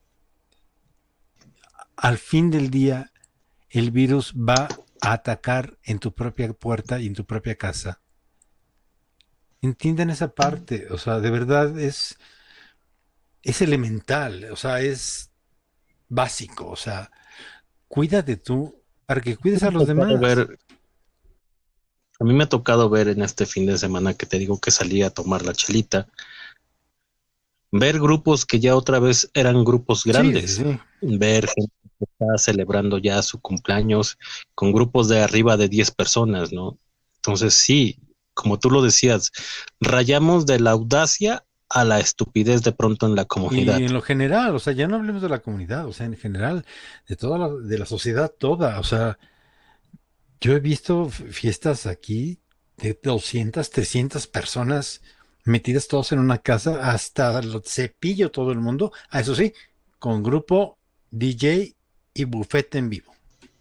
al fin del día, el virus va a atacar en tu propia puerta y en tu propia casa. Entiendan esa parte, o sea, de verdad es elemental, o sea, es básico, o sea, cuídate tú para que cuides a los demás. A mí me ha tocado ver en este fin de semana que te digo que salí a tomar la chelita, ver grupos que ya otra vez eran grupos grandes, sí. Ver gente que está celebrando ya su cumpleaños con grupos de arriba de 10 personas, ¿no? Entonces sí, como tú lo decías, rayamos de la audacia a la estupidez de pronto en la comunidad. Y en lo general, o sea, ya no hablemos de la comunidad, o sea, en general, de la sociedad toda, o sea, yo he visto fiestas aquí de 200, 300 personas metidas todos en una casa, hasta el cepillo todo el mundo, eso sí, con grupo, DJ y buffet en vivo.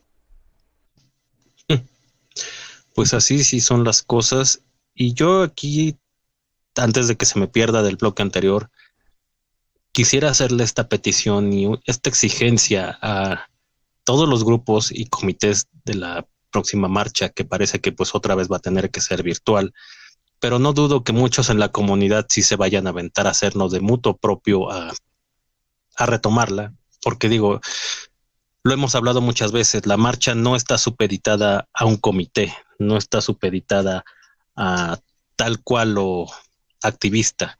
Pues así sí son las cosas. Y yo aquí, antes de que se me pierda del bloque anterior, quisiera hacerle esta petición y esta exigencia a todos los grupos y comités de la próxima marcha, que parece que pues otra vez va a tener que ser virtual, pero no dudo que muchos en la comunidad sí se vayan a aventar a hacernos de mutuo propio a retomarla, porque digo, lo hemos hablado muchas veces, la marcha no está supeditada a un comité, no está supeditada a tal cual o activista,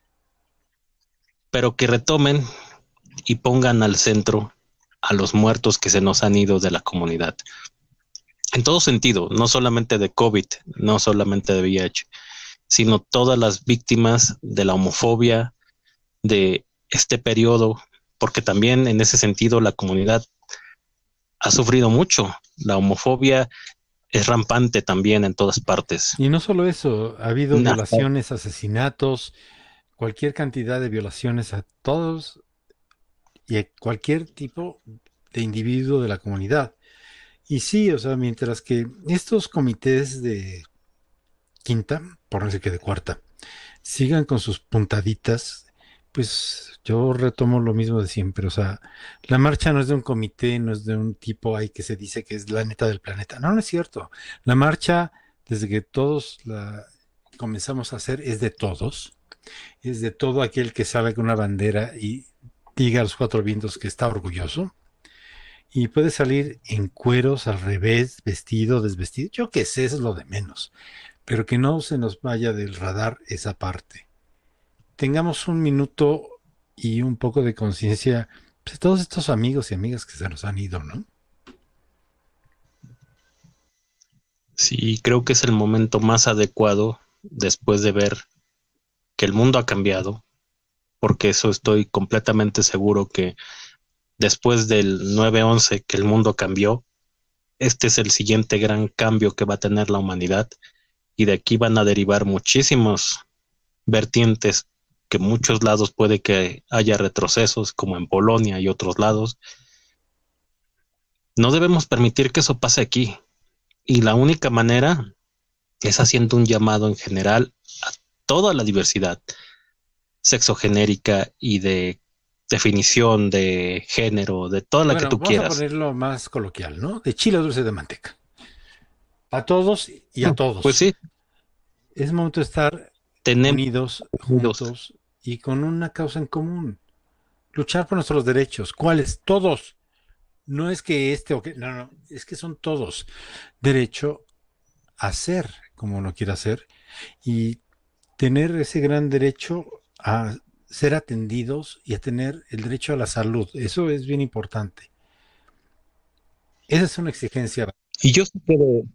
pero que retomen y pongan al centro a los muertos que se nos han ido de la comunidad. En todo sentido, no solamente de COVID, no solamente de VIH, sino todas las víctimas de la homofobia, de este periodo, porque también en ese sentido la comunidad ha sufrido mucho. La homofobia es rampante también en todas partes. Y no solo eso, ha habido violaciones, asesinatos, cualquier cantidad de violaciones a todos y a cualquier tipo de individuo de la comunidad. Y sí, o sea, mientras que estos comités de quinta, por no decir que de cuarta, sigan con sus puntaditas, pues yo retomo lo mismo de siempre. O sea, la marcha no es de un comité, no es de un tipo ahí que se dice que es la neta del planeta. No, no es cierto. La marcha, desde que todos la comenzamos a hacer, es de todos. Es de todo aquel que sale con una bandera y diga a los cuatro vientos que está orgulloso. Y puede salir en cueros, al revés, vestido, desvestido. Yo qué sé, eso es lo de menos. Pero que no se nos vaya del radar esa parte. Tengamos un minuto y un poco de conciencia de todos estos amigos y amigas que se nos han ido, ¿no? Sí, creo que es el momento más adecuado después de ver que el mundo ha cambiado, porque eso estoy completamente seguro que después del 9/11 que el mundo cambió, este es el siguiente gran cambio que va a tener la humanidad y de aquí van a derivar muchísimos vertientes, que en muchos lados puede que haya retrocesos como en Polonia y otros lados. No debemos permitir que eso pase aquí y la única manera es haciendo un llamado en general a toda la diversidad, sexogenérica y de definición de género, de toda la que Bueno, tú vamos a quieras. ponerlo más coloquial, ¿no? De chile a dulce de manteca. A todos y a Pues todos. sí, Es momento de estar tenemos unidos, unidos. juntos y con una causa en común. Luchar por nuestros derechos. ¿Cuáles? Todos. No es que este o que... No, no. Es que son todos. Derecho a ser como uno quiera ser y tener ese gran derecho a ser atendidos y a tener el derecho a la salud. Eso es bien importante. Esa es una exigencia. Y yo sé que de,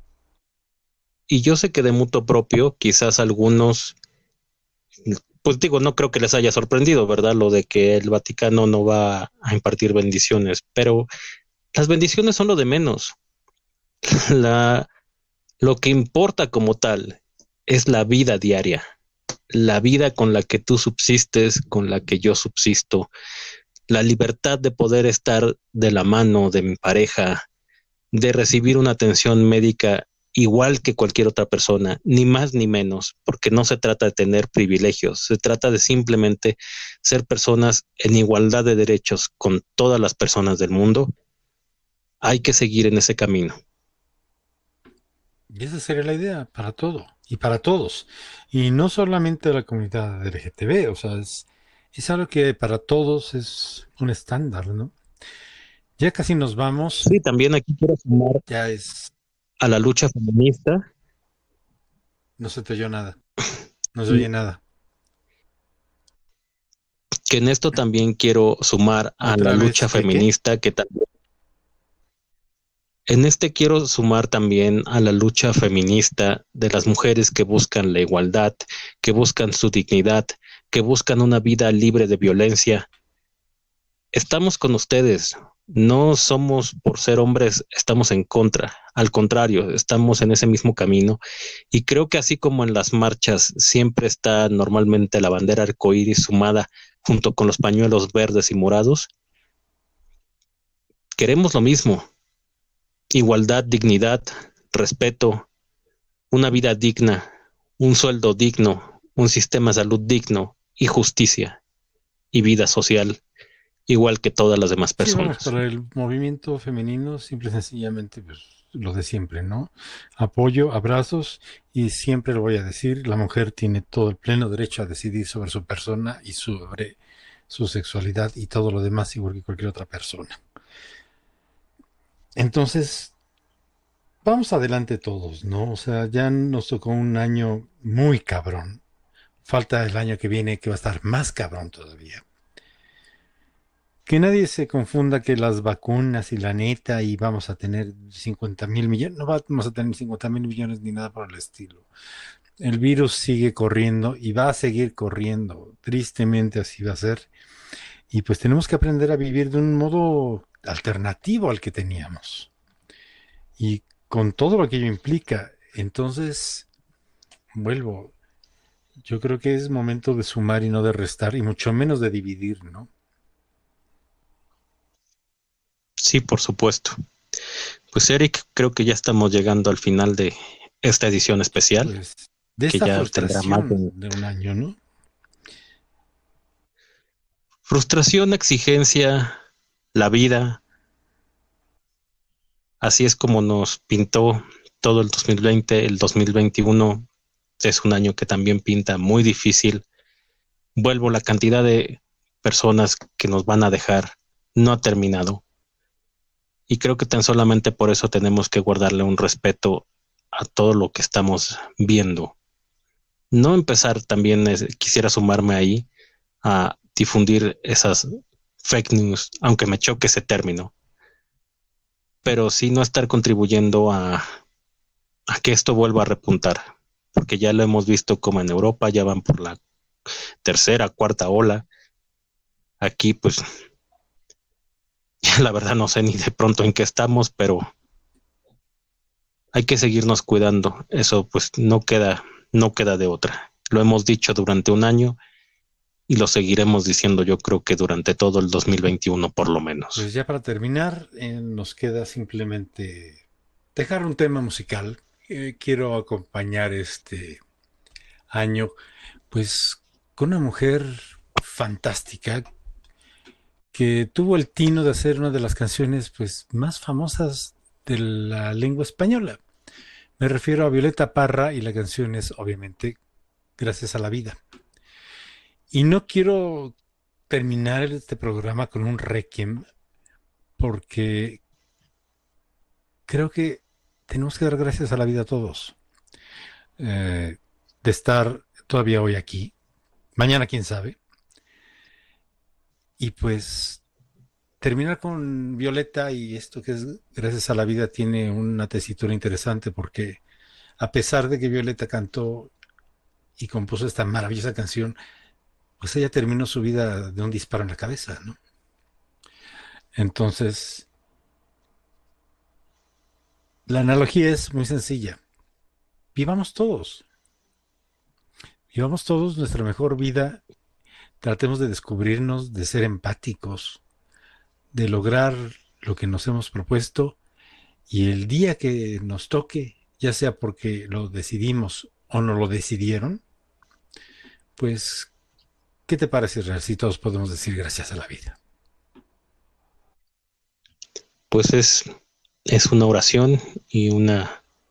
y yo sé que de mutuo propio, quizás algunos, pues digo, no creo que les haya sorprendido, ¿verdad? Lo de que el Vaticano no va a impartir bendiciones, pero las bendiciones son lo de menos. La, lo que importa como tal es la vida diaria, la vida con la que tú subsistes, con la que yo subsisto, la libertad de poder estar de la mano de mi pareja, de recibir una atención médica igual que cualquier otra persona, ni más ni menos, porque no se trata de tener privilegios, se trata de simplemente ser personas en igualdad de derechos con todas las personas del mundo. Hay que seguir en ese camino. Y esa sería la idea para todo y para todos. Y no solamente la comunidad LGTB, o sea, es algo que para todos es un estándar, ¿no? Ya casi nos vamos, Sí, también aquí quiero sumar ya es, a la lucha feminista. no se te oyó nada, no se oye nada. Que en esto también quiero sumar a la Otra vez, lucha ¿qué? feminista, en este quiero sumar también a la lucha feminista de las mujeres que buscan la igualdad, que buscan su dignidad, que buscan una vida libre de violencia. Estamos con ustedes. No somos por ser hombres, estamos en contra. Al contrario, estamos en ese mismo camino. Y creo que así como en las marchas siempre está normalmente la bandera arcoíris sumada junto con los pañuelos verdes y morados, queremos lo mismo. Igualdad, dignidad, respeto, una vida digna, un sueldo digno, un sistema de salud digno y justicia y vida social, igual que todas las demás Sí, vamos, personas. para el movimiento femenino, simple y sencillamente, pues lo de siempre, ¿no? Apoyo, abrazos y siempre lo voy a decir, la mujer tiene todo el pleno derecho a decidir sobre su persona y sobre su sexualidad y todo lo demás igual que cualquier otra persona. Entonces, vamos adelante todos, ¿no? O sea, ya nos tocó un año muy cabrón. Falta el año que viene que va a estar más cabrón todavía. Que nadie se confunda que las vacunas y la neta y vamos a tener 50,000 millones, no vamos a tener 50,000 millones ni nada por el estilo. El virus sigue corriendo y va a seguir corriendo. Tristemente así va a ser. Y pues tenemos que aprender a vivir de un modo alternativo al que teníamos. Y con todo lo que ello implica. Entonces, vuelvo. Yo creo que es momento de sumar y no de restar, y mucho menos de dividir, ¿no? Sí, por supuesto. Pues Eric, creo que ya estamos llegando al final de esta edición especial, Pues de que esta ya tendrá más frustración de un año, ¿no? frustración, exigencia, la vida. Así es como nos pintó todo el 2020, el 2021 es un año que también pinta muy difícil. Vuelvo, la cantidad de personas que nos van a dejar no ha terminado. Y creo que tan solamente por eso tenemos que guardarle un respeto a todo lo que estamos viendo. No empezar también, quisiera sumarme ahí a difundir esas fake news, aunque me choque ese término, pero sí no estar contribuyendo a que esto vuelva a repuntar, porque ya lo hemos visto como en Europa, ya van por la tercera, cuarta ola. Aquí pues ya la verdad no sé ni de pronto en qué estamos, pero hay que seguirnos cuidando. Eso pues no queda de otra. Lo hemos dicho durante un año y lo seguiremos diciendo yo creo que durante todo el 2021 por lo menos. Pues ya para terminar, nos queda simplemente dejar un tema musical. Quiero acompañar este año, pues con una mujer fantástica que tuvo el tino de hacer una de las canciones pues más famosas de la lengua española. Me refiero a Violeta Parra y la canción es obviamente Gracias a la vida. Y no quiero terminar este programa con un requiem porque creo que tenemos que dar gracias a la vida a todos de estar todavía hoy aquí, mañana quién sabe, y pues terminar con Violeta y esto que es Gracias a la vida tiene una tesitura interesante porque a pesar de que Violeta cantó y compuso esta maravillosa canción, pues ella terminó su vida de un disparo en la cabeza, ¿no? Entonces, la analogía es muy sencilla. Vivamos todos nuestra mejor vida, tratemos de descubrirnos, de ser empáticos, de lograr lo que nos hemos propuesto y el día que nos toque, ya sea porque lo decidimos o no lo decidieron, pues, ¿qué te parece, Israel, si todos podemos decir gracias a la vida? Pues es una oración y un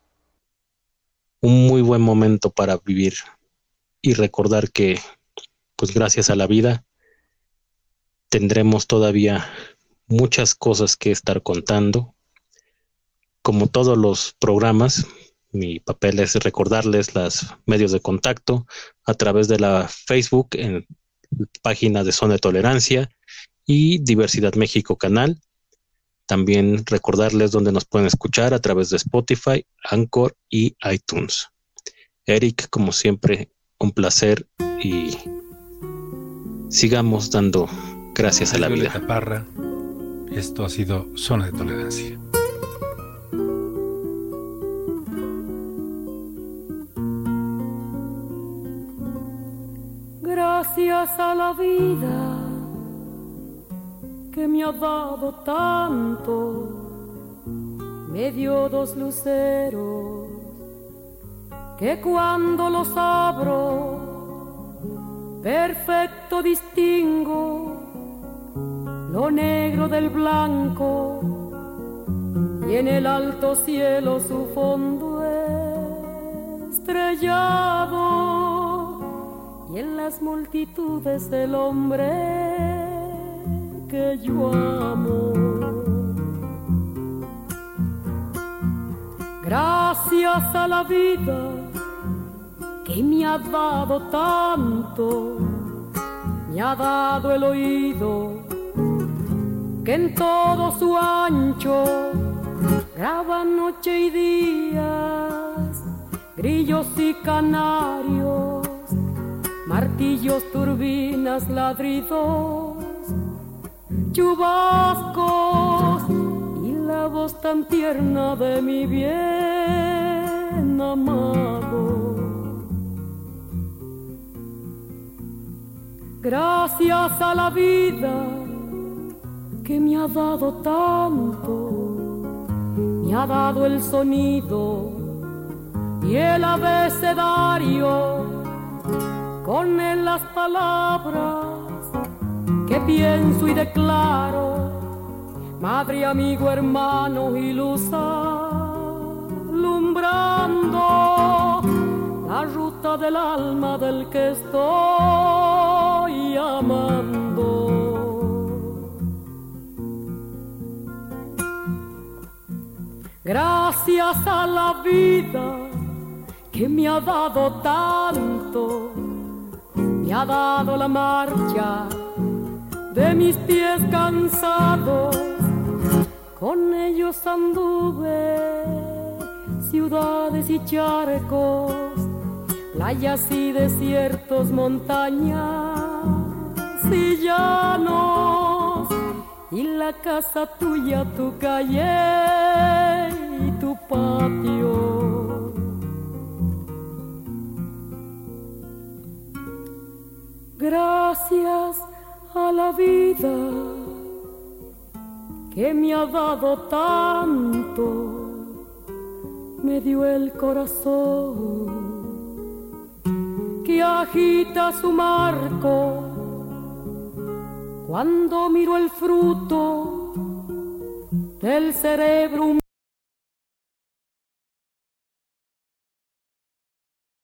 muy buen momento para vivir y recordar que, pues gracias a la vida, tendremos todavía muchas cosas que estar contando. Como todos los programas, mi papel es recordarles los medios de contacto a través de la Facebook, en página de Zona de Tolerancia y Diversidad México Canal. También recordarles dónde nos pueden escuchar a través de Spotify, Anchor y iTunes. Eric, como siempre, un placer y sigamos dando gracias a la vida. Violeta Parra, esto ha sido Zona de Tolerancia. Gracias a la vida que me ha dado tanto, me dio dos luceros que cuando los abro perfecto distingo lo negro del blanco y en el alto cielo su fondo estrellado y en las multitudes el hombre que yo amo. Gracias a la vida que me ha dado tanto, me ha dado el oído que en todo su ancho graba noche y días, grillos y canarios, martillos, turbinas, ladridos, chubascos y la voz tan tierna de mi bien amado. Gracias a la vida que me ha dado tanto, me ha dado el sonido y el abecedario, con él las palabras que pienso y declaro, madre, amigo, hermano y luz alumbrando la ruta del alma del que estoy amando. Gracias a la vida que me ha dado tanto, me ha dado la marcha de mis pies cansados, con ellos anduve ciudades y charcos, playas y desiertos, montañas y llanos, y la casa tuya, tu calle y tu patio. Gracias a la vida que me ha dado tanto, me dio el corazón que agita su marco. Cuando miro el fruto del cerebro humano,